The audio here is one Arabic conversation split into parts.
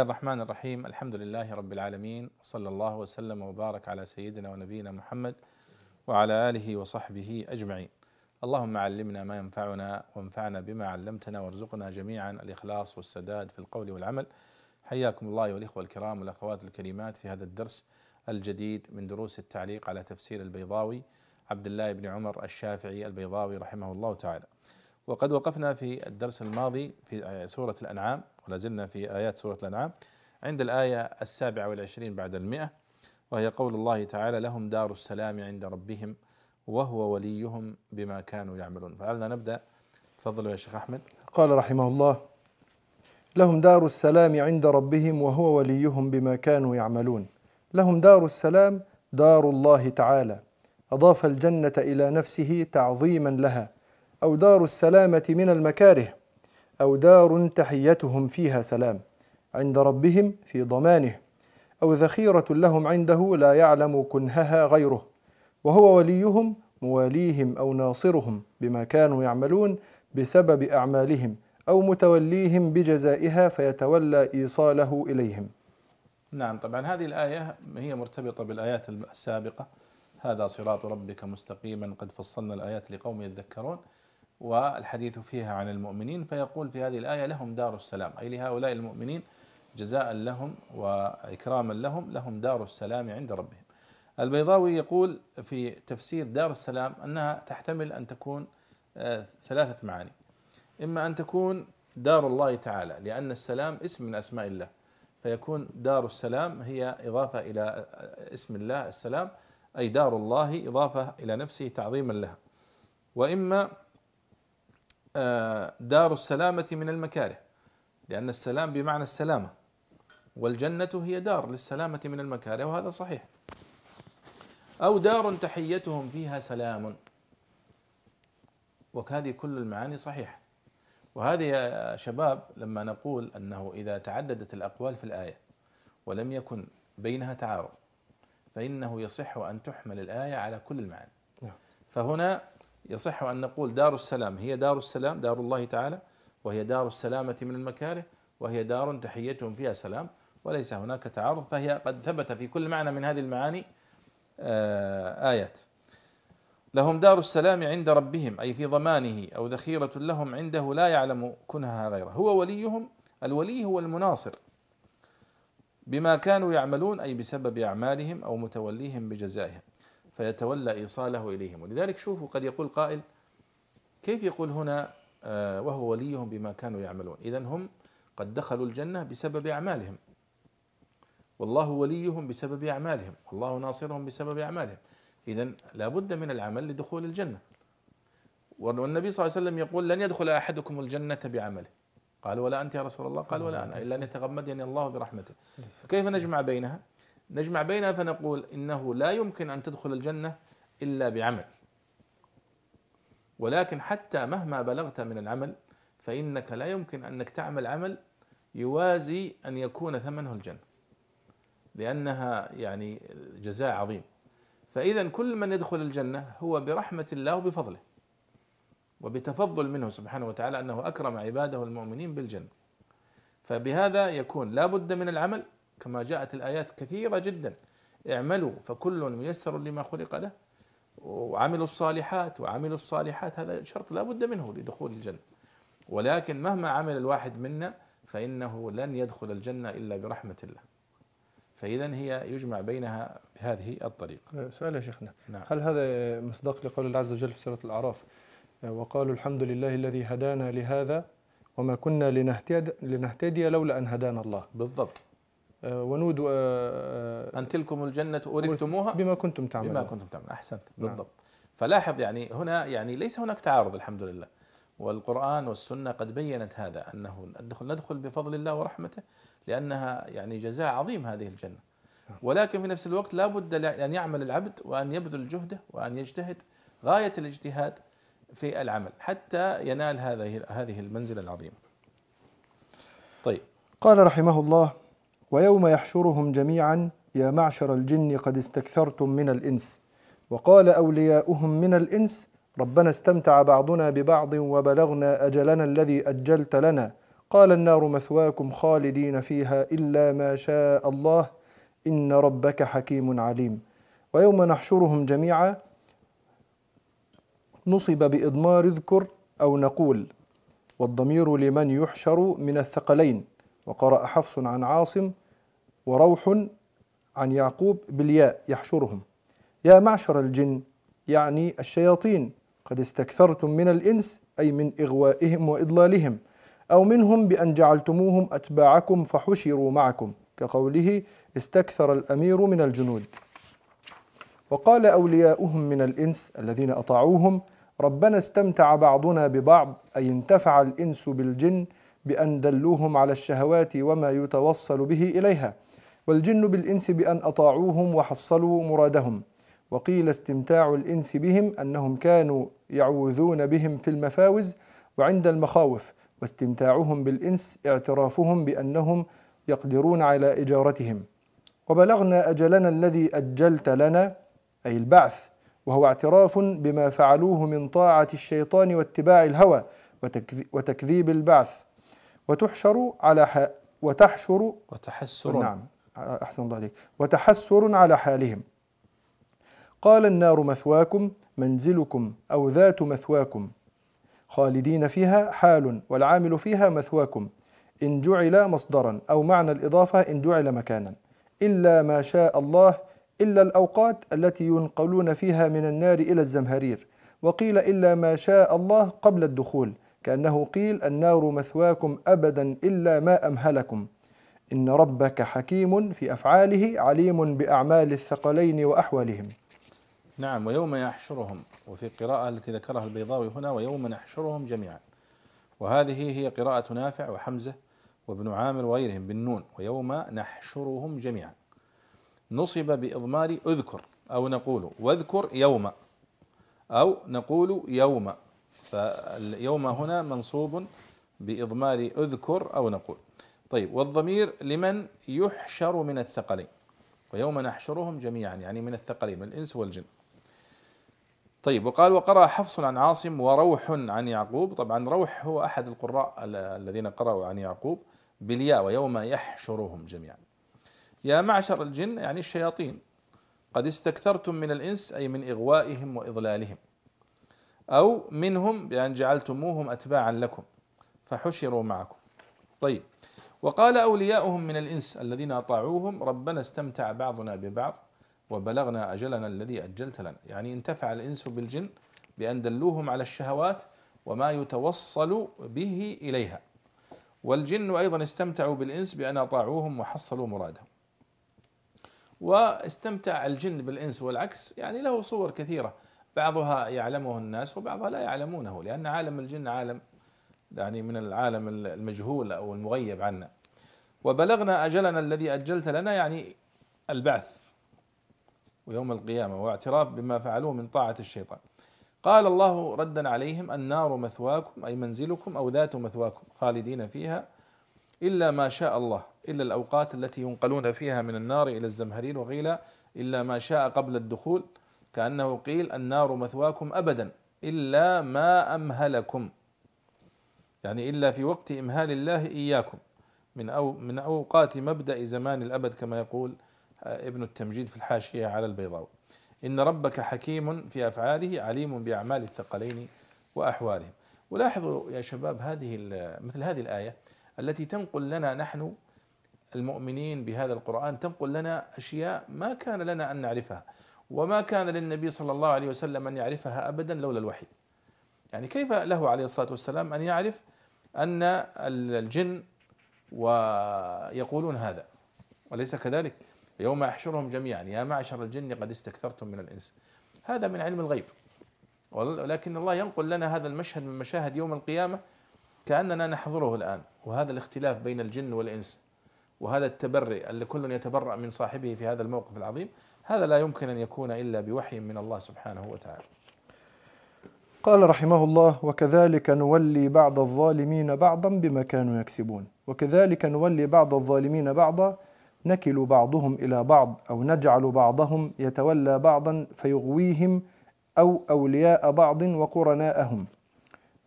الرحمن الرحيم. الحمد لله رب العالمين، وصلى الله وسلم وبارك على سيدنا ونبينا محمد وعلى آله وصحبه أجمعين. اللهم علمنا ما ينفعنا وانفعنا بما علمتنا، وارزقنا جميعا الإخلاص والسداد في القول والعمل. حياكم الله والإخوة الكرام والأخوات الكريمات في هذا الدرس الجديد من دروس التعليق على تفسير البيضاوي عبد الله بن عمر الشافعي البيضاوي رحمه الله تعالى. وقد وقفنا في الدرس الماضي في سورة الأنعام، ولا زلنا في آيات سورة الأنعام عند الآية 27 بعد 100، وهي قول الله تعالى: لهم دار السلام عند ربهم وهو وليهم بما كانوا يعملون. فعلنا نبدأ. تفضلوا يا شيخ أحمد. قال رحمه الله: لهم دار السلام عند ربهم وهو وليهم بما كانوا يعملون. لهم دار السلام دار الله تعالى، أضاف الجنة إلى نفسه تعظيما لها، أو دار السلامة من المكاره، أو دار تحيتهم فيها سلام عند ربهم في ضمانه، أو ذخيرة لهم عنده لا يعلم كنهها غيره، وهو وليهم مواليهم أو ناصرهم بما كانوا يعملون بسبب أعمالهم، أو متوليهم بجزائها فيتولى إيصاله إليهم. نعم، طبعا هذه الآية هي مرتبطة بالآيات السابقة: هذا صراط ربك مستقيما قد فصلنا الآيات لقوم يذكرون، والحديث فيها عن المؤمنين. فيقول في هذه الآية: لهم دار السلام، أي لهؤلاء المؤمنين جزاء لهم وإكراما لهم، لهم دار السلام عند ربهم. البيضاوي يقول في تفسير دار السلام أنها تحتمل أن تكون ثلاثة معاني: إما أن تكون دار الله تعالى، لأن السلام اسم من أسماء الله، فيكون دار السلام هي إضافة إلى اسم الله السلام، أي دار الله إضافة إلى نفسه تعظيما لها. وإما دار السلامة من المكاره، لأن السلام بمعنى السلامة، والجنة هي دار للسلامة من المكاره، وهذا صحيح. أو دار تحيتهم فيها سلام، وهذه كل المعاني صحيحة. وهذه يا شباب لما نقول أنه إذا تعددت الأقوال في الآية ولم يكن بينها تعارض، فإنه يصح أن تحمل الآية على كل المعاني. فهنا يصح أن نقول دار السلام هي دار السلام، دار الله تعالى، وهي دار السلامة من المكاره، وهي دار تحيتهم فيها سلام، وليس هناك تعارض، فهي قد ثبت في كل معنى من هذه المعاني آيات. لهم دار السلام عند ربهم، أي في ضمانه، أو ذخيرة لهم عنده لا يعلم كنهها غيره. هو وليهم، الولي هو المناصر، بما كانوا يعملون، أي بسبب أعمالهم، أو متوليهم بجزائهم فيتولى إيصاله إليهم. ولذلك شوفوا قد يقول قائل: كيف يقول هنا وهو وليهم بما كانوا يعملون؟ إذن هم قد دخلوا الجنة بسبب أعمالهم، والله وليهم بسبب أعمالهم، والله ناصرهم بسبب أعمالهم. إذن لا بد من العمل لدخول الجنة. والنبي صلى الله عليه وسلم يقول: لن يدخل أحدكم الجنة بعمله. قال: ولا أنت يا رسول الله؟ قال: ولا أنا، إلا أن يتغمدني الله برحمته. فكيف نجمع بينها؟ نجمع بينها فنقول إنه لا يمكن أن تدخل الجنة إلا بعمل، ولكن حتى مهما بلغت من العمل فإنك لا يمكن أنك تعمل عمل يوازي أن يكون ثمنه الجنة، لأنها يعني جزاء عظيم. فإذا كل من يدخل الجنة هو برحمة الله وبفضله وبتفضل منه سبحانه وتعالى، أنه أكرم عباده المؤمنين بالجنة. فبهذا يكون لا بد من العمل، كما جاءت الآيات كثيرة جدا: اعملوا فكل ميسر لما خلق له، وعملوا الصالحات وعملوا الصالحات. هذا شرط لا بد منه لدخول الجنة. ولكن مهما عمل الواحد منا فإنه لن يدخل الجنة إلا برحمة الله. فإذا هي يجمع بينها بهذه الطريقة. سؤال يا شيخنا: نعم. هل هذا مصداق لقول الله عز وجل في سورة الأعراف: وقالوا الحمد لله الذي هدانا لهذا وما كنا لنهتدي لولا أن هدانا الله؟ بالضبط. ونودوا أن تلكم الجنة أورثتموها بما كنتم تعملون. أحسنت. بالضبط. فلاحظ يعني هنا يعني ليس هناك تعارض الحمد لله، والقرآن والسنة قد بينت هذا، أنه ندخل بفضل الله ورحمته، لأنها يعني جزاء عظيم هذه الجنة. ولكن في نفس الوقت لا بد أن يعمل العبد وأن يبذل جهده وأن يجتهد غاية الاجتهاد في العمل حتى ينال هذه المنزلة العظيمة. طيب، قال رحمه الله: ويوم يحشرهم جميعا يا معشر الجن قد استكثرتم من الإنس، وقال أولياؤهم من الإنس ربنا استمتع بعضنا ببعض وبلغنا أجلنا الذي أجلت لنا قال النار مثواكم خالدين فيها إلا ما شاء الله إن ربك حكيم عليم. ويوم نحشرهم جميعا نصب بإضمار اذكر أو نقول، والضمير لمن يحشر من الثقلين. وقرأ حفص عن عاصم وروح عن يعقوب بالياء يحشرهم. يا معشر الجن يعني الشياطين قد استكثرتم من الإنس أي من إغوائهم وإضلالهم، أو منهم بأن جعلتموهم أتباعكم فحشروا معكم، كقوله استكثر الأمير من الجنود. وقال أولياؤهم من الإنس الذين أطاعوهم ربنا استمتع بعضنا ببعض، أي انتفع الإنس بالجن بأن دلوهم على الشهوات وما يتوصل به إليها، والجن بالإنس بأن أطاعوهم وحصلوا مرادهم. وقيل استمتاع الإنس بهم أنهم كانوا يعوذون بهم في المفاوز وعند المخاوف، واستمتاعهم بالإنس اعترافهم بأنهم يقدرون على إجارتهم. وبلغنا أجلنا الذي أجلت لنا أي البعث، وهو اعتراف بما فعلوه من طاعة الشيطان واتباع الهوى وتكذيب البعث. وتحشر على وتحشر وتحسر. نعم أحسن الله عليك. وتحسر على حالهم. قال النار مثواكم منزلكم أو ذات مثواكم خالدين فيها حال، والعامل فيها مثواكم إن جعل مصدرا، أو معنى الإضافة إن جعل مكانا. إلا ما شاء الله إلا الأوقات التي ينقلون فيها من النار إلى الزمهرير. وقيل إلا ما شاء الله قبل الدخول، كأنه قيل النار مثواكم أبدا إلا ما أمهلكم. إن ربك حكيم في أفعاله عليم بأعمال الثقلين وأحوالهم. نعم. ويوم يحشرهم، وفي قراءة التي ذكرها البيضاوي هنا ويوم نحشرهم جميعا، وهذه هي قراءة نافع وحمزة وابن عامر وغيرهم بالنون، ويوم نحشرهم جميعا. نصب بإضمار أذكر أو نقول واذكر يوم، أو نقول يوم، فاليوم هنا منصوب بإضمار أذكر أو نقول. طيب، والضمير لمن يحشر من الثقلين، ويوم نحشرهم جميعا يعني من الثقلين من الإنس والجن. طيب، وقال وقرأ حفص عن عاصم وروح عن يعقوب. طبعا روح هو أحد القراء الذين قرأوا عن يعقوب بالياء، ويوم يحشرهم جميعا. يا معشر الجن يعني الشياطين قد استكثرتم من الإنس أي من إغوائهم وإضلالهم، أو منهم بأن جعلتموهم أتباعا لكم فحشروا معكم. طيب، وقال أولياؤهم من الإنس الذين أطاعوهم ربنا استمتع بعضنا ببعض وبلغنا أجلنا الذي أجلت لنا، يعني انتفع الإنس بالجن بأن دلوهم على الشهوات وما يتوصل به إليها، والجن أيضا استمتعوا بالإنس بأن أطاعوهم وحصلوا مرادهم. واستمتع الجن بالإنس والعكس يعني له صور كثيرة، بعضها يعلمه الناس وبعضها لا يعلمونه، لأن عالم الجن عالم يعني من العالم المجهول أو المغيب عنا. وبلغنا أجلنا الذي أجلت لنا يعني البعث ويوم القيامة، واعتراف بما فعلوه من طاعة الشيطان. قال الله ردا عليهم النار مثواكم أي منزلكم أو ذات مثواكم خالدين فيها إلا ما شاء الله، إلا الأوقات التي ينقلون فيها من النار إلى الزمهرير. وقيل إلا ما شاء قبل الدخول، كأنه قيل النار مثواكم أبدا إلا ما أمهلكم، يعني إلا في وقت إمهال الله إياكم من أوقات مبدأ زمان الأبد، كما يقول ابن التمجيد في الحاشية على البيضاوي. إن ربك حكيم في أفعاله عليم بأعمال الثقلين وأحوالهم. ولاحظوا يا شباب مثل هذه الآية التي تنقل لنا نحن المؤمنين بهذا القرآن، تنقل لنا أشياء ما كان لنا أن نعرفها، وما كان للنبي صلى الله عليه وسلم أن يعرفها أبدا لولا الوحي. يعني كيف له عليه الصلاة والسلام أن يعرف أن الجن ويقولون هذا وليس كذلك؟ يوم يحشرهم جميعا يا معشر الجن قد استكثرتم من الإنس، هذا من علم الغيب، ولكن الله ينقل لنا هذا المشهد من مشاهد يوم القيامة كأننا نحضره الآن. وهذا الاختلاف بين الجن والإنس وهذا التبرئ اللي كل يتبرأ من صاحبه في هذا الموقف العظيم، هذا لا يمكن أن يكون إلا بوحي من الله سبحانه وتعالى. قال رحمه الله وكذلك نولي بعض الظالمين بعضا بما كانوا يكسبون. وكذلك نولي بعض الظالمين بعضا نكل بعضهم إلى بعض أو نجعل بعضهم يتولى بعضا فيغويهم أو أولياء بعض وقرناءهم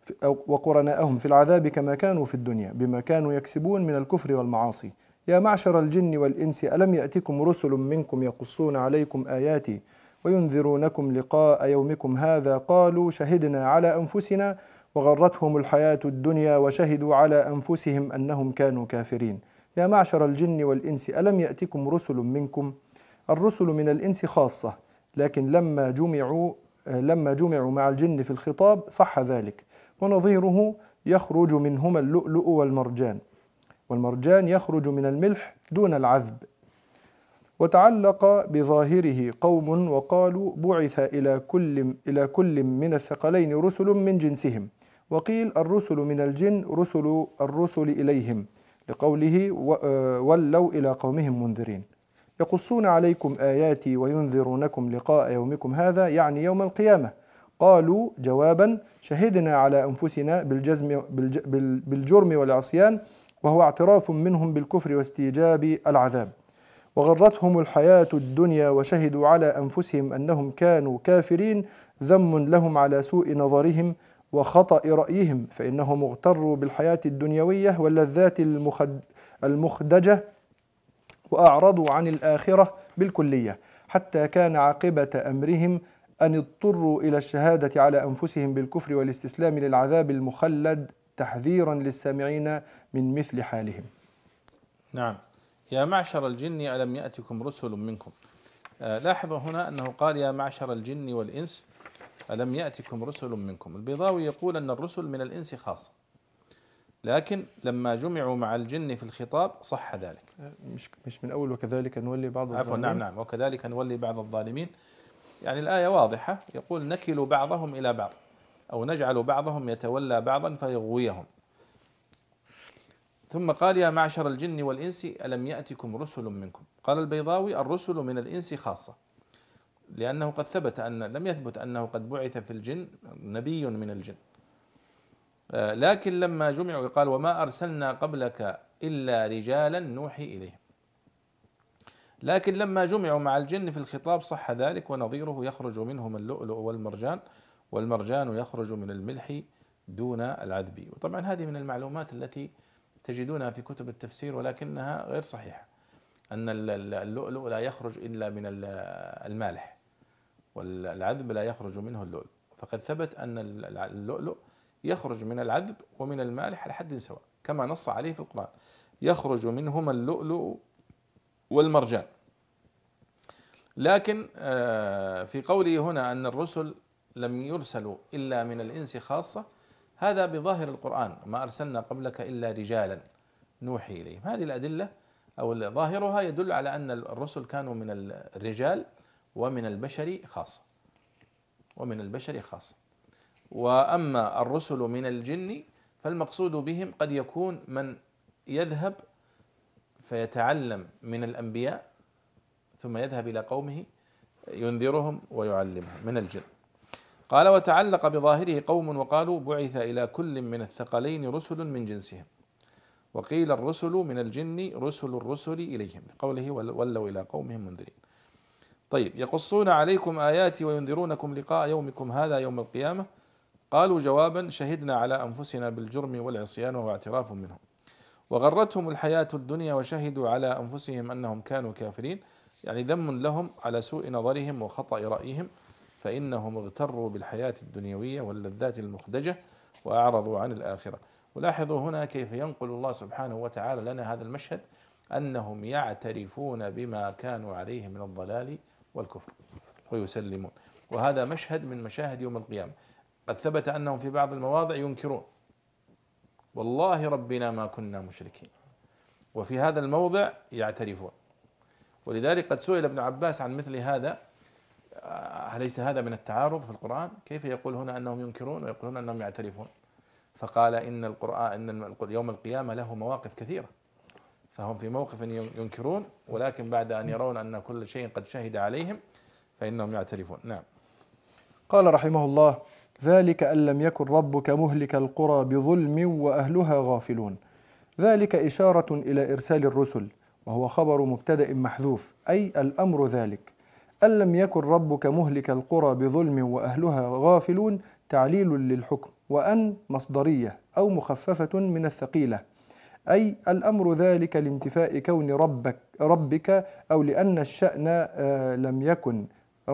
وقرناءهم في العذاب كما كانوا في الدنيا بما كانوا يكسبون من الكفر والمعاصي. يا معشر الجن والإنس ألم يأتكم رسل منكم يقصون عليكم آياتي وينذرونكم لقاء يومكم هذا قالوا شهدنا على أنفسنا وغرتهم الحياة الدنيا وشهدوا على أنفسهم أنهم كانوا كافرين. يا معشر الجن والإنس ألم يأتكم رسل منكم. الرسل من الإنس خاصة، لكن لما جمعوا مع الجن في الخطاب صح ذلك. ونظيره يخرج منهما اللؤلؤ والمرجان، والمرجان يخرج من الملح دون العذب. وتعلق بظاهره قوم وقالوا بعث إلى كل من الثقلين رسل من جنسهم، وقيل الرسل من الجن رسل الرسل إليهم، لقوله ولوا إلى قومهم منذرين. يقصون عليكم آياتي وينذرونكم لقاء يومكم هذا، يعني يوم القيامة. قالوا جوابا شهدنا على أنفسنا بالجرم والعصيان، وهو اعتراف منهم بالكفر واستيجاب العذاب. وغرتهم الحياة الدنيا وشهدوا على أنفسهم أنهم كانوا كافرين، ذم لهم على سوء نظرهم وخطأ رأيهم، فإنهم اغتروا بالحياة الدنيوية واللذات المخدجة وأعرضوا عن الآخرة بالكلية، حتى كان عاقبة أمرهم أن اضطروا إلى الشهادة على أنفسهم بالكفر والاستسلام للعذاب المخلد، تحذيرا للسامعين من مثل حالهم. نعم. يا معشر الجن ألم يأتكم رسل منكم. لاحظوا هنا أنه قال يا معشر الجن والإنس ألم يأتكم رسل منكم. البيضاوي يقول أن الرسل من الإنس خاصة، لكن لما جمعوا مع الجن في الخطاب صح ذلك. مش من أول وكذلك نولي بعض الظالمين. عفوا، نعم وكذلك نولي بعض الظالمين. يعني الآية واضحة، يقول نكل بعضهم إلى بعض أو نجعل بعضهم يتولى بعضا فيغويهم. ثم قال يا معشر الجن والإنس ألم يأتكم رسل منكم. قال البيضاوي الرسل من الإنس خاصة، لأنه قد ثبت أن لم يثبت أنه قد بعث في الجن نبي من الجن، لكن لما جمعوا قال وما أرسلنا قبلك إلا رجالا نوحي إليهم. لكن لما جمعوا مع الجن في الخطاب صح ذلك، ونظيره يخرج منهم اللؤلؤ والمرجان، والمرجان يخرج من الملح دون العذب. وطبعا هذه من المعلومات التي تجدونها في كتب التفسير ولكنها غير صحيحة، أن اللؤلؤ لا يخرج إلا من المالح، والعذب لا يخرج منه اللؤلؤ. فقد ثبت أن اللؤلؤ يخرج من العذب ومن المالح على حد سواء، كما نص عليه في القرآن يخرج منهما اللؤلؤ والمرجان. لكن في قوله هنا أن الرسل لم يرسلوا إلا من الإنس خاصة، هذا بظاهر القرآن ما أرسلنا قبلك إلا رجالا نوحي إليهم. هذه الأدلة أو ظاهرها يدل على أن الرسل كانوا من الرجال ومن البشر خاصة، وأما الرسل من الجن فالمقصود بهم قد يكون من يذهب فيتعلم من الأنبياء ثم يذهب إلى قومه ينذرهم ويعلمهم من الجن. قال وتعلق بظاهره قوم وقالوا بعث إلى كل من الثقلين رسل من جنسهم، وقيل الرسل من الجن رسل الرسل إليهم، قوله ولوا إلى قومهم منذرين. طيب، يقصون عليكم آياتي وينذرونكم لقاء يومكم هذا يوم القيامة. قالوا جوابا شهدنا على أنفسنا بالجرم والعصيان وهو اعتراف منهم، وغرتهم الحياة الدنيا وشهدوا على أنفسهم أنهم كانوا كافرين، يعني ذم لهم على سوء نظرهم وخطأ رأيهم، فإنهم اغتروا بالحياة الدنيوية واللذات المخدجة وأعرضوا عن الآخرة. ولاحظوا هنا كيف ينقل الله سبحانه وتعالى لنا هذا المشهد، أنهم يعترفون بما كانوا عليه من الضلال والكفر ويسلمون. وهذا مشهد من مشاهد يوم القيامة. قد ثبت أنهم في بعض المواضع ينكرون والله ربنا ما كنا مشركين، وفي هذا الموضع يعترفون. ولذلك قد سئل ابن عباس عن مثل هذا، أليس هذا من التعارض في القرآن؟ كيف يقول هنا أنهم ينكرون ويقولون أنهم يعترفون؟ فقال إن القرآن إن يوم القيامة له مواقف كثيرة، فهم في موقف ينكرون، ولكن بعد أن يرون أن كل شيء قد شهد عليهم فإنهم يعترفون. نعم. قال رحمه الله: ذلك أن لم يكن ربك مهلك القرى بظلم وأهلها غافلون. ذلك إشارة إلى إرسال الرسل، وهو خبر مبتدأ محذوف، أي الأمر ذلك. أن لم يكن ربك مهلك القرى بظلم وأهلها غافلون تعليل للحكم، وأن مصدرية أو مخففة من الثقيلة، أي الأمر ذلك لانتفاء كون ربك أو لأن الشأن لم يكن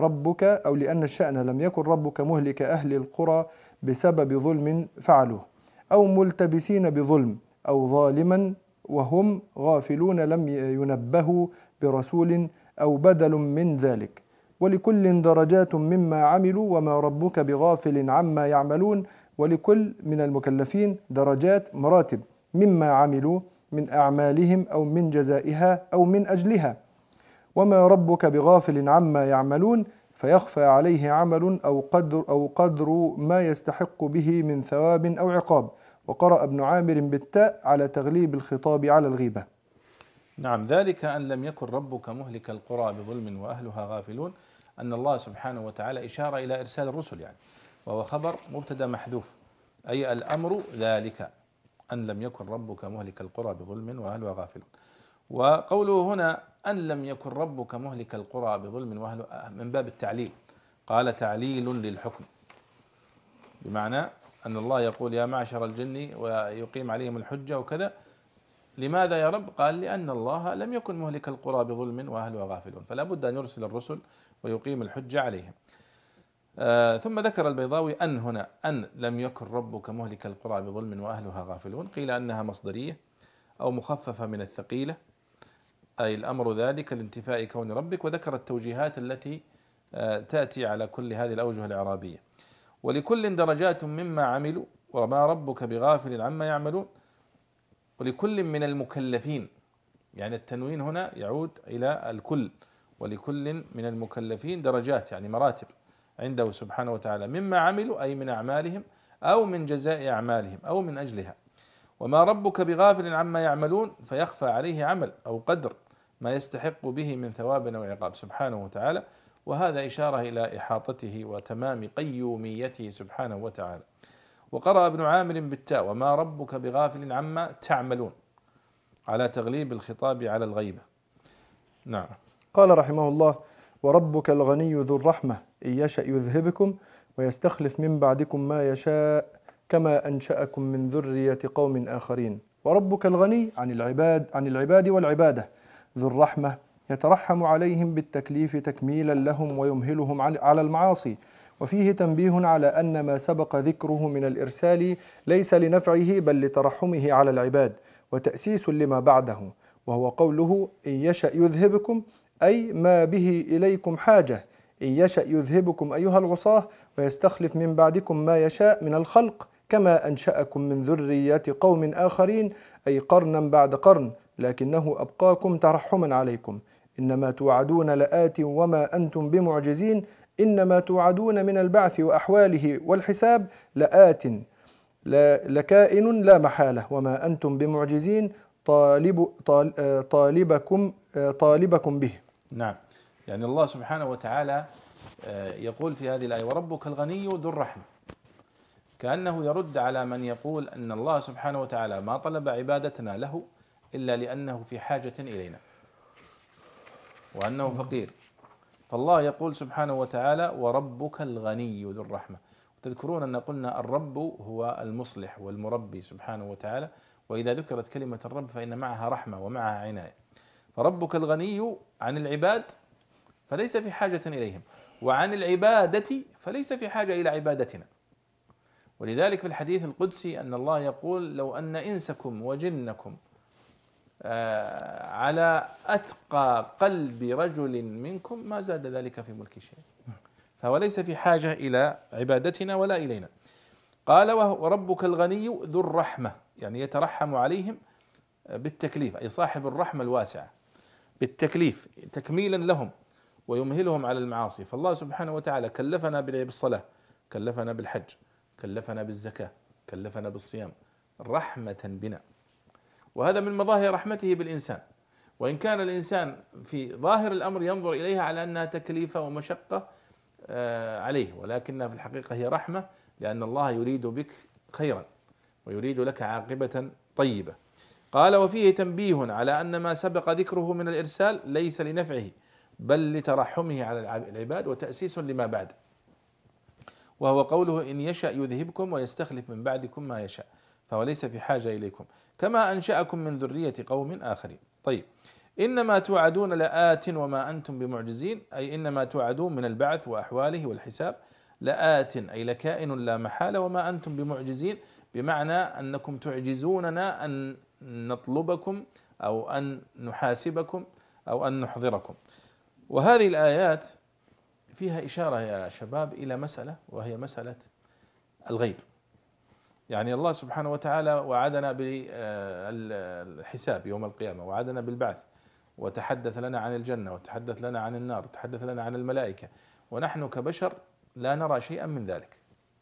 ربك مهلك أهل القرى بسبب ظلم فعلوه، أو ملتبسين بظلم، أو ظالما وهم غافلون لم ينبهوا برسول، أو بدل من ذلك. ولكل درجات مما عملوا وما ربك بغافل عما يعملون. ولكل من المكلفين درجات مراتب مما عملوا من أعمالهم أو من جزائها أو من أجلها، وما ربك بغافل عما يعملون، فيخفى عليه عمل أو قدر ما يستحق به من ثواب أو عقاب. وقرأ ابن عامر بالتاء على تغليب الخطاب على الغيبة. نعم، ذلك أن لم يكن ربك مهلك القرى بظلم وأهلها غافلون، أن الله سبحانه وتعالى إشارة إلى إرسال الرسل يعني، وهو خبر مبتدأ محذوف، أي الأمر ذلك أن لم يكن ربك مهلك القرى بظلم وأهلها غافلون. وقوله هنا أن لم يكن ربك مهلك القرى بظلم وأهلها من باب التعليل، قال تعليل للحكم، بمعنى أن الله يقول يا معشر الجن ويقيم عليهم الحجة وكذا. لماذا يا رب؟ قال لأن الله لم يكن مهلك القرى بظلم وأهلها غافلون، فلا بد أن يرسل الرسل ويقيم الحجة عليهم. ثم ذكر البيضاوي أن هنا أن لم يكن ربك مهلك القرى بظلم وأهلها غافلون، قيل أنها مصدرية أو مخففة من الثقيلة، أي الأمر ذلك لانتفاء كون ربك، وذكر التوجيهات التي تأتي على كل هذه الأوجه الإعرابية. ولكل درجات مما عملوا وما ربك بغافل عما يعملون. ولكل من المكلفين، يعني التنوين هنا يعود إلى الكل، ولكل من المكلفين درجات يعني مراتب عنده سبحانه وتعالى، مما عملوا أي من أعمالهم أو من جزاء أعمالهم أو من أجلها. وما ربك بغافل عما يعملون، فيخفى عليه عمل أو قدر ما يستحق به من ثواب أو عقاب سبحانه وتعالى، وهذا إشارة إلى إحاطته وتمام قيوميته سبحانه وتعالى. وقرأ ابن عامر بالتاء وما ربك بغافل عما تعملون، على تغليب الخطاب على الغيبة. نعم. قال رحمه الله: وربك الغني ذو الرحمة إن يشأ يذهبكم ويستخلف من بعدكم ما يشاء كما أنشأكم من ذرية قوم آخرين. وربك الغني عن العباد والعبادة، ذو الرحمة يترحم عليهم بالتكليف تكميلا لهم ويمهلهم على المعاصي. وفيه تنبيه على أن ما سبق ذكره من الإرسال ليس لنفعه بل لترحمه على العباد وتأسيس لما بعده، وهو قوله إن يشأ يذهبكم، أي ما به إليكم حاجة. إن يشأ يذهبكم أيها العصاة ويستخلف من بعدكم ما يشاء من الخلق كما أنشأكم من ذرية قوم آخرين، أي قرنا بعد قرن، لكنه أبقاكم ترحما عليكم. إنما توعدون لآت وما أنتم بمعجزين. إنما توعدون من البعث وأحواله والحساب لآت لكائن لا محالة، وما أنتم بمعجزين طالبكم به. نعم، يعني الله سبحانه وتعالى يقول في هذه الآية وربك الغني ذو الرحمة، كأنه يرد على من يقول أن الله سبحانه وتعالى ما طلب عبادتنا له إلا لأنه في حاجة إلينا وأنه فقير. فالله يقول سبحانه وتعالى وربك الغني ذو الرحمة. تذكرون أن قلنا الرب هو المصلح والمربي سبحانه وتعالى، وإذا ذكرت كلمة الرب فإن معها رحمة ومعها عناية. فربك الغني عن العباد فليس في حاجة إليهم، وعن العبادة فليس في حاجة إلى عبادتنا. ولذلك في الحديث القدسي أن الله يقول لو أن إنسكم وجنكم على أتقى قلب رجل منكم ما زاد ذلك في ملك شيء. فهو ليس في حاجة إلى عبادتنا ولا إلينا. قال وربك الغني ذو الرحمة، يعني يترحم عليهم بالتكليف، أي صاحب الرحمة الواسعة بالتكليف تكميلا لهم ويمهلهم على المعاصي. فالله سبحانه وتعالى كلفنا بالصلاة، كلفنا بالحج، كلفنا بالزكاة، كلفنا بالصيام رحمة بنا، وهذا من مظاهر رحمته بالإنسان. وإن كان الإنسان في ظاهر الأمر ينظر إليها على أنها تكليف ومشقة عليه، ولكنها في الحقيقة هي رحمة، لأن الله يريد بك خيرا ويريد لك عاقبة طيبة. قال وفيه تنبيه على أن ما سبق ذكره من الإرسال ليس لنفعه بل لترحمه على العباد وتأسيس لما بعد. وهو قوله إن يشأ يذهبكم ويستخلف من بعدكم ما يشاء، فهو ليس في حاجة إليكم، كما أنشأكم من ذرية قوم آخرين. طيب، إنما توعدون لآت وما أنتم بمعجزين، أي إنما توعدون من البعث وأحواله والحساب لآت أي لكائن لا محالة، وما أنتم بمعجزين بمعنى أنكم تعجزوننا أن نطلبكم أو أن نحاسبكم أو أن نحضركم. وهذه الآيات فيها إشارة يا شباب إلى مسألة، وهي مسألة الغيب. يعني الله سبحانه وتعالى وعدنا بالحساب يوم القيامة، وعدنا بالبعث، وتحدث لنا عن الجنة، وتحدث لنا عن النار، وتحدث لنا عن الملائكة، ونحن كبشر لا نرى شيئا من ذلك.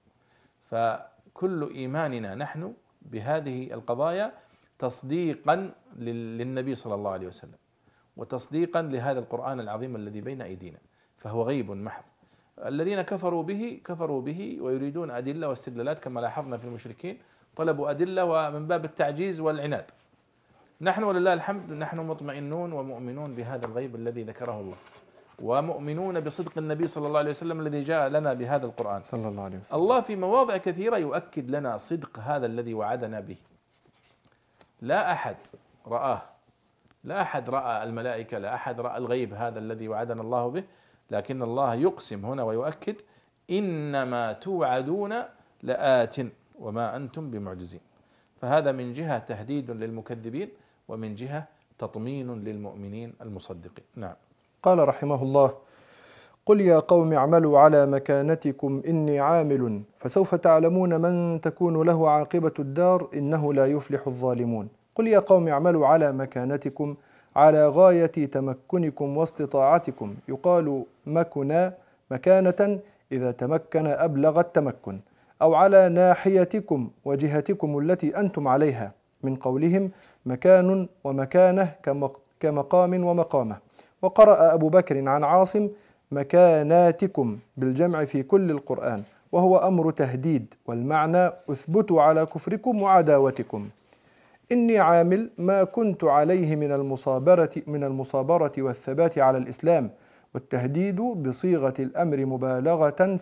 فكل إيماننا نحن بهذه القضايا تصديقا للنبي صلى الله عليه وسلم، وتصديقا لهذا القرآن العظيم الذي بين أيدينا، فهو غيب محض. الذين كفروا به ويريدون أدلة واستدلالات، كما لاحظنا في المشركين طلبوا أدلة ومن باب التعجيز والعناد. نحن ولله الحمد نحن مطمئنون ومؤمنون بهذا الغيب الذي ذكره الله، ومؤمنون بصدق النبي صلى الله عليه وسلم الذي جاء لنا بهذا القرآن صلى الله عليه وسلم. الله في مواضع كثيرة يؤكد لنا صدق هذا الذي وعدنا به. لا أحد رآه، لا أحد رأى الملائكة، لا أحد رأى الغيب هذا الذي وعدنا الله به، لكن الله يقسم هنا ويؤكد إنما توعدون لآت وما أنتم بمعجزين. فهذا من جهة تهديد للمكذبين، ومن جهة تطمين للمؤمنين المصدقين. نعم. قال رحمه الله: قل يا قوم اعملوا على مكانتكم إني عامل فسوف تعلمون من تكون له عاقبة الدار إنه لا يفلح الظالمون. قل يا قوم اعملوا على مكانتكم على غاية تمكنكم واستطاعتكم. يقال مكنا مكانة إذا تمكن أبلغ التمكن، أو على ناحيتكم وجهتكم التي أنتم عليها، من قولهم مكان ومكانة كمقام ومقامة. وقرأ أبو بكر عن عاصم مكاناتكم بالجمع في كل القرآن، وهو أمر تهديد، والمعنى اثبتوا على كفركم وعداوتكم. إني عامل ما كنت عليه من المصابرة والثبات على الإسلام، والتهديد بصيغة الأمر مبالغة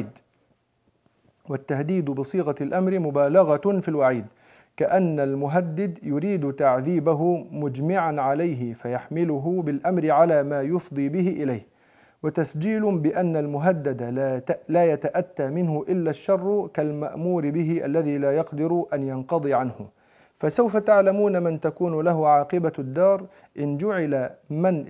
في الوعيد، كأن المهدد يريد تعذيبه مجمعا عليه فيحمله بالأمر على ما يفضي به إليه، وتسجيل بأن المهدد لا يتأتى منه إلا الشر كالمأمور به الذي لا يقدر أن ينقضي عنه. فسوف تعلمون من تكون له عاقبة الدار. إن جعل من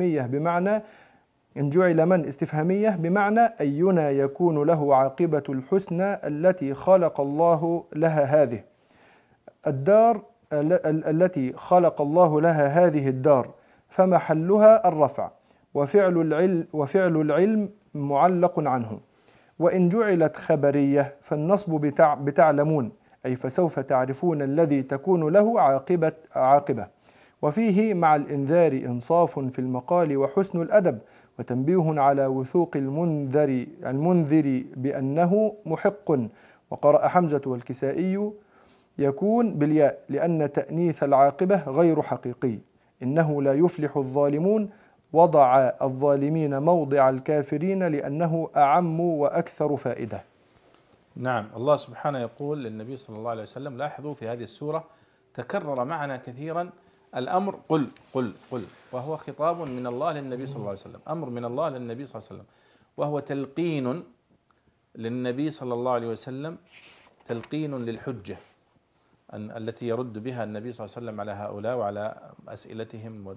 استفهامية بمعنى أينا يكون له عاقبة الحسنى التي خلق الله لها هذه الدار، التي خلق الله لها هذه الدار، فمحلها الرفع، وفعل العلم معلق عنه. وإن جعلت خبرية فالنصب بتعلمون، أي فسوف تعرفون الذي تكون له عاقبة. وفيه مع الإنذار إنصاف في المقال وحسن الأدب، وتنبيه على وثوق المنذر بأنه محق. وقرأ حمزة والكسائي يكون بالياء لأن تأنيث العاقبة غير حقيقي. إنه لا يفلح الظالمون، وضع الظالمين موضع الكافرين لأنه أعم وأكثر فائدة. نعم. الله سبحانه يقول للنبي صلى الله عليه وسلم، لاحظوا في هذه السورة تكرر معنا كثيرا الأمر قل قل قل، وهو خطاب من الله للنبي صلى الله عليه وسلم، أمر من الله للنبي صلى الله عليه وسلم، وهو تلقين للنبي صلى الله عليه وسلم، تلقين للحجة التي يرد بها النبي صلى الله عليه وسلم على هؤلاء وعلى أسئلتهم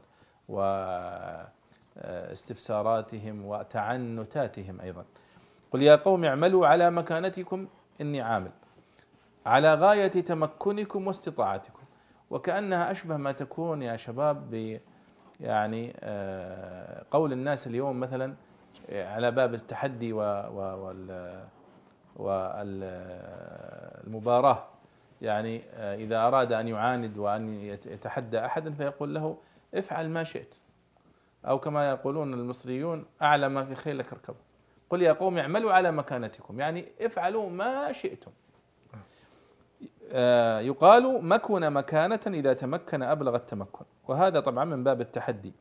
واستفساراتهم وتعنتاتهم أيضا. قل يا قوم اعملوا على مكانتكم إني عامل، على غاية تمكنكم واستطاعتكم. وكأنها أشبه ما تكون يا شباب يعني قول الناس اليوم مثلا على باب التحدي والمباراة، يعني إذا أراد أن يعاند وأن يتحدى أحدا فيقول له افعل ما شئت، أو كما يقولون المصريون أعلى ما في خيلك اركب. قل يا قوم اعملوا على مكانتكم، يعني افعلوا ما شئتم. يقال مكن مكانة إذا تمكن أبلغ التمكن، وهذا طبعا من باب التحدي.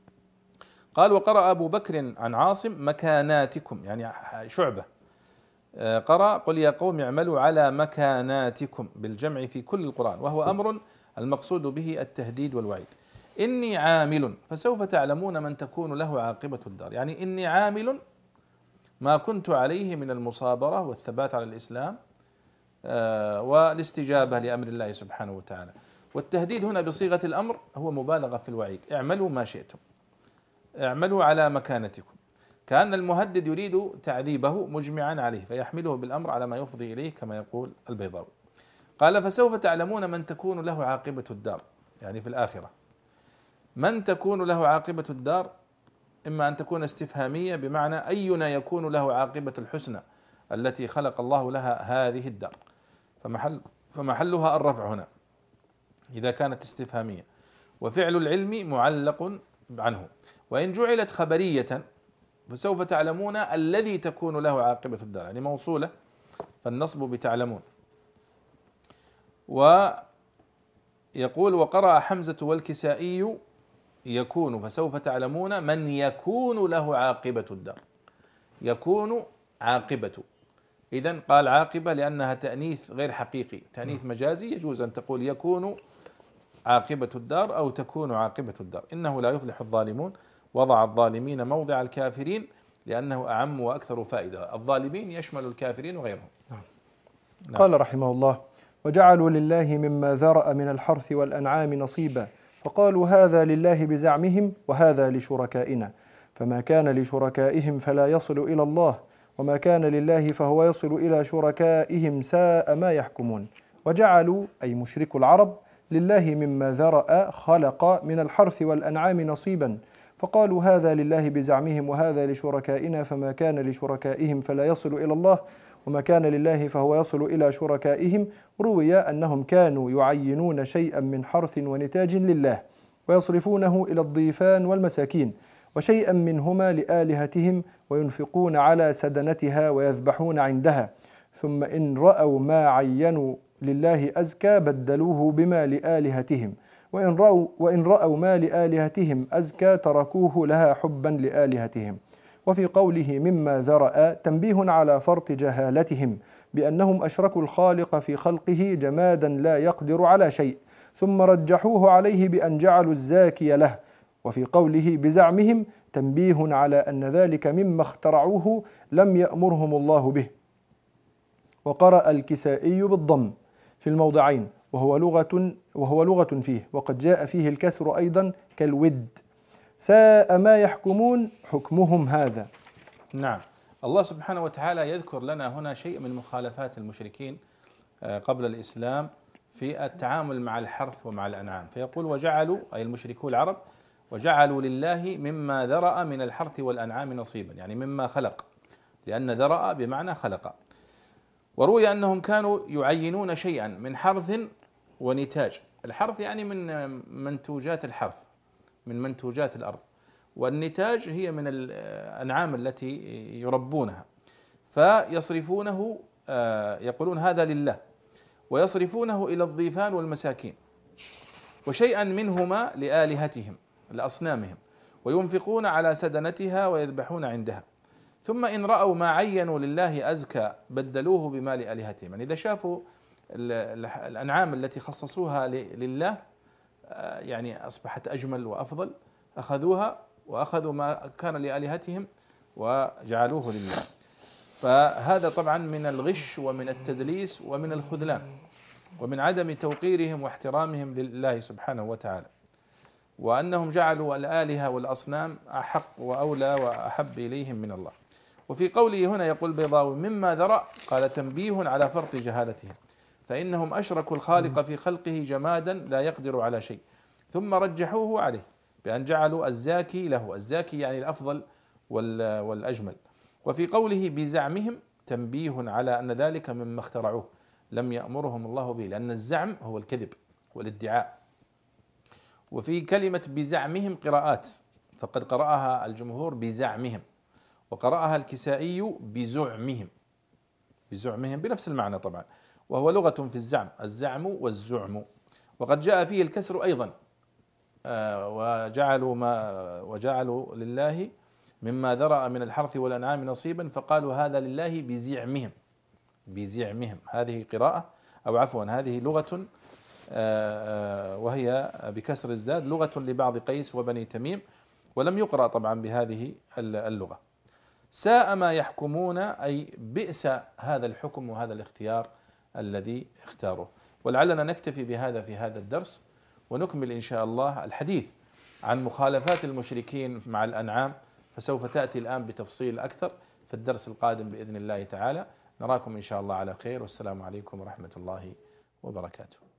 قال وقرأ أبو بكر عن عاصم مكاناتكم، يعني شعبة، قرأ قل يا قوم اعملوا على مكاناتكم بالجمع في كل القرآن، وهو أمر المقصود به التهديد والوعيد. إني عامل فسوف تعلمون من تكون له عاقبة الدار، يعني إني عامل ما كنت عليه من المصابرة والثبات على الإسلام والاستجابة لأمر الله سبحانه وتعالى. والتهديد هنا بصيغة الأمر هو مبالغة في الوعيد، اعملوا ما شئتم، اعملوا على مكانتكم، كأن المهدد يريد تعذيبه مجمعا عليه فيحمله بالأمر على ما يفضي إليه كما يقول البيضاوي. قال فسوف تعلمون من تكون له عاقبة الدار، يعني في الآخرة. من تكون له عاقبة الدار إما أن تكون استفهامية بمعنى أينا يكون له عاقبة الحسنى التي خلق الله لها هذه الدار، فمحلها الرفع هنا إذا كانت استفهامية، وفعل العلم معلق عنه. وإن جعلت خبرية فسوف تعلمون الذي تكون له عاقبة الدار، يعني موصولة فالنصب بتعلمون. ويقول وقرأ حمزة والكسائي يكون فسوف تعلمون من يكون له عاقبة الدار، يكون عاقبة، إذن قال عاقبة لأنها تأنيث غير حقيقي، تأنيث مجازي، يجوز أن تقول يكون عاقبة الدار أو تكون عاقبة الدار. إنه لا يفلح الظالمون، وضع الظالمين موضع الكافرين لأنه أعم وأكثر فائدة، الظالمين يشمل الكافرين وغيرهم. نعم. قال رحمه الله وجعلوا لله مما ذرأ من الحرث والأنعام نصيبا، فقالوا هذا لله بزعمهم وهذا لشركائنا، فما كان لشركائهم فلا يصل إلى الله، وما كان لله فهو يصل إلى شركائهم ساء ما يحكمون. وجعلوا أي مشركو العرب لله مما ذرأ خلق من الحرث والأنعام نصيبا، فقالوا هذا لله بزعمهم وهذا لشركائنا، فما كان لشركائهم فلا يصل إلى الله، وما كان لله فهو يصل إلى شركائهم. روي أنهم كانوا يعينون شيئا من حرث ونتاج لله ويصرفونه إلى الضيفان والمساكين، وشيئا منهما لآلهتهم وينفقون على سدنتها ويذبحون عندها، ثم إن رأوا ما عينوا لله أزكى بدلوه بما لآلهتهم، وإن رأوا ما لآلهتهم أزكى تركوه لها حبا لآلهتهم. وفي قوله مما ذرأ تنبيه على فرط جهالتهم بأنهم أشركوا الخالق في خلقه جمادا لا يقدر على شيء، ثم رجحوه عليه بأن جعلوا الزاكي له. وفي قوله بزعمهم تنبيه على أن ذلك مما اخترعوه لم يأمرهم الله به. وقرأ الكسائي بالضم في الموضعين وهو لغة فيه، وقد جاء فيه الكسر أيضا كالود. ساء ما يحكمون حكمهم هذا. نعم. الله سبحانه وتعالى يذكر لنا هنا شيء من مخالفات المشركين قبل الإسلام في التعامل مع الحرث ومع الأنعام، فيقول وجعلوا أي المشركو العرب وجعلوا لله مما ذرأ من الحرث والأنعام نصيبا، يعني مما خلق، لأن ذرأ بمعنى خلق. وروي أنهم كانوا يعينون شيئا من حرث ونتاج، الحرث يعني من منتوجات الحرث، من منتوجات الأرض، والنتاج هي من الأنعام التي يربونها، فيصرفونه يقولون هذا لله، ويصرفونه إلى الضيفان والمساكين، وشيئا منهما لآلهتهم لأصنامهم، وينفقون على سدنتها ويذبحون عندها، ثم إن رأوا ما عينوا لله أزكى بدلوه بما لآلهتهم. يعني إذا شافوا الأنعام التي خصصوها لله يعني أصبحت أجمل وأفضل أخذوها، وأخذوا ما كان لآلهتهم وجعلوه لله. فهذا طبعا من الغش ومن التدليس ومن الخذلان ومن عدم توقيرهم واحترامهم لله سبحانه وتعالى، وأنهم جعلوا الآلهة والأصنام أحق وأولى وأحب إليهم من الله. وفي قوله هنا يقول البيضاوي مما ذرأ قال تنبيه على فرط جهالتهم، فإنهم أشركوا الخالق في خلقه جمادا لا يقدر على شيء، ثم رجحوه عليه بأن جعلوا الزاكي له، الزاكي يعني الأفضل والأجمل. وفي قوله بزعمهم تنبيه على أن ذلك مما اخترعوه لم يأمرهم الله به، لأن الزعم هو الكذب والادعاء. وفي كلمة بزعمهم قراءات، فقد قرأها الجمهور بزعمهم، وقرأها الكسائي بزعمهم، بزعمهم بنفس المعنى طبعا، وهو لغة في الزعم، الزعم والزعم. وقد جاء فيه الكسر أيضا وجعلوا لله مما ذرأ من الحرث والأنعام نصيبا، فقالوا هذا لله بزعمهم، بزعمهم، هذه قراءة أو عفوا هذه لغة وهي بكسر الزاد لغة لبعض قيس وبني تميم، ولم يقرأ طبعا بهذه اللغة. ساء ما يحكمون أي بئس هذا الحكم وهذا الاختيار الذي اختاروه. ولعلنا نكتفي بهذا في هذا الدرس، ونكمل إن شاء الله الحديث عن مخالفات المشركين مع الأنعام، فسوف تأتي الآن بتفصيل أكثر في الدرس القادم بإذن الله تعالى. نراكم إن شاء الله على خير، والسلام عليكم ورحمة الله وبركاته.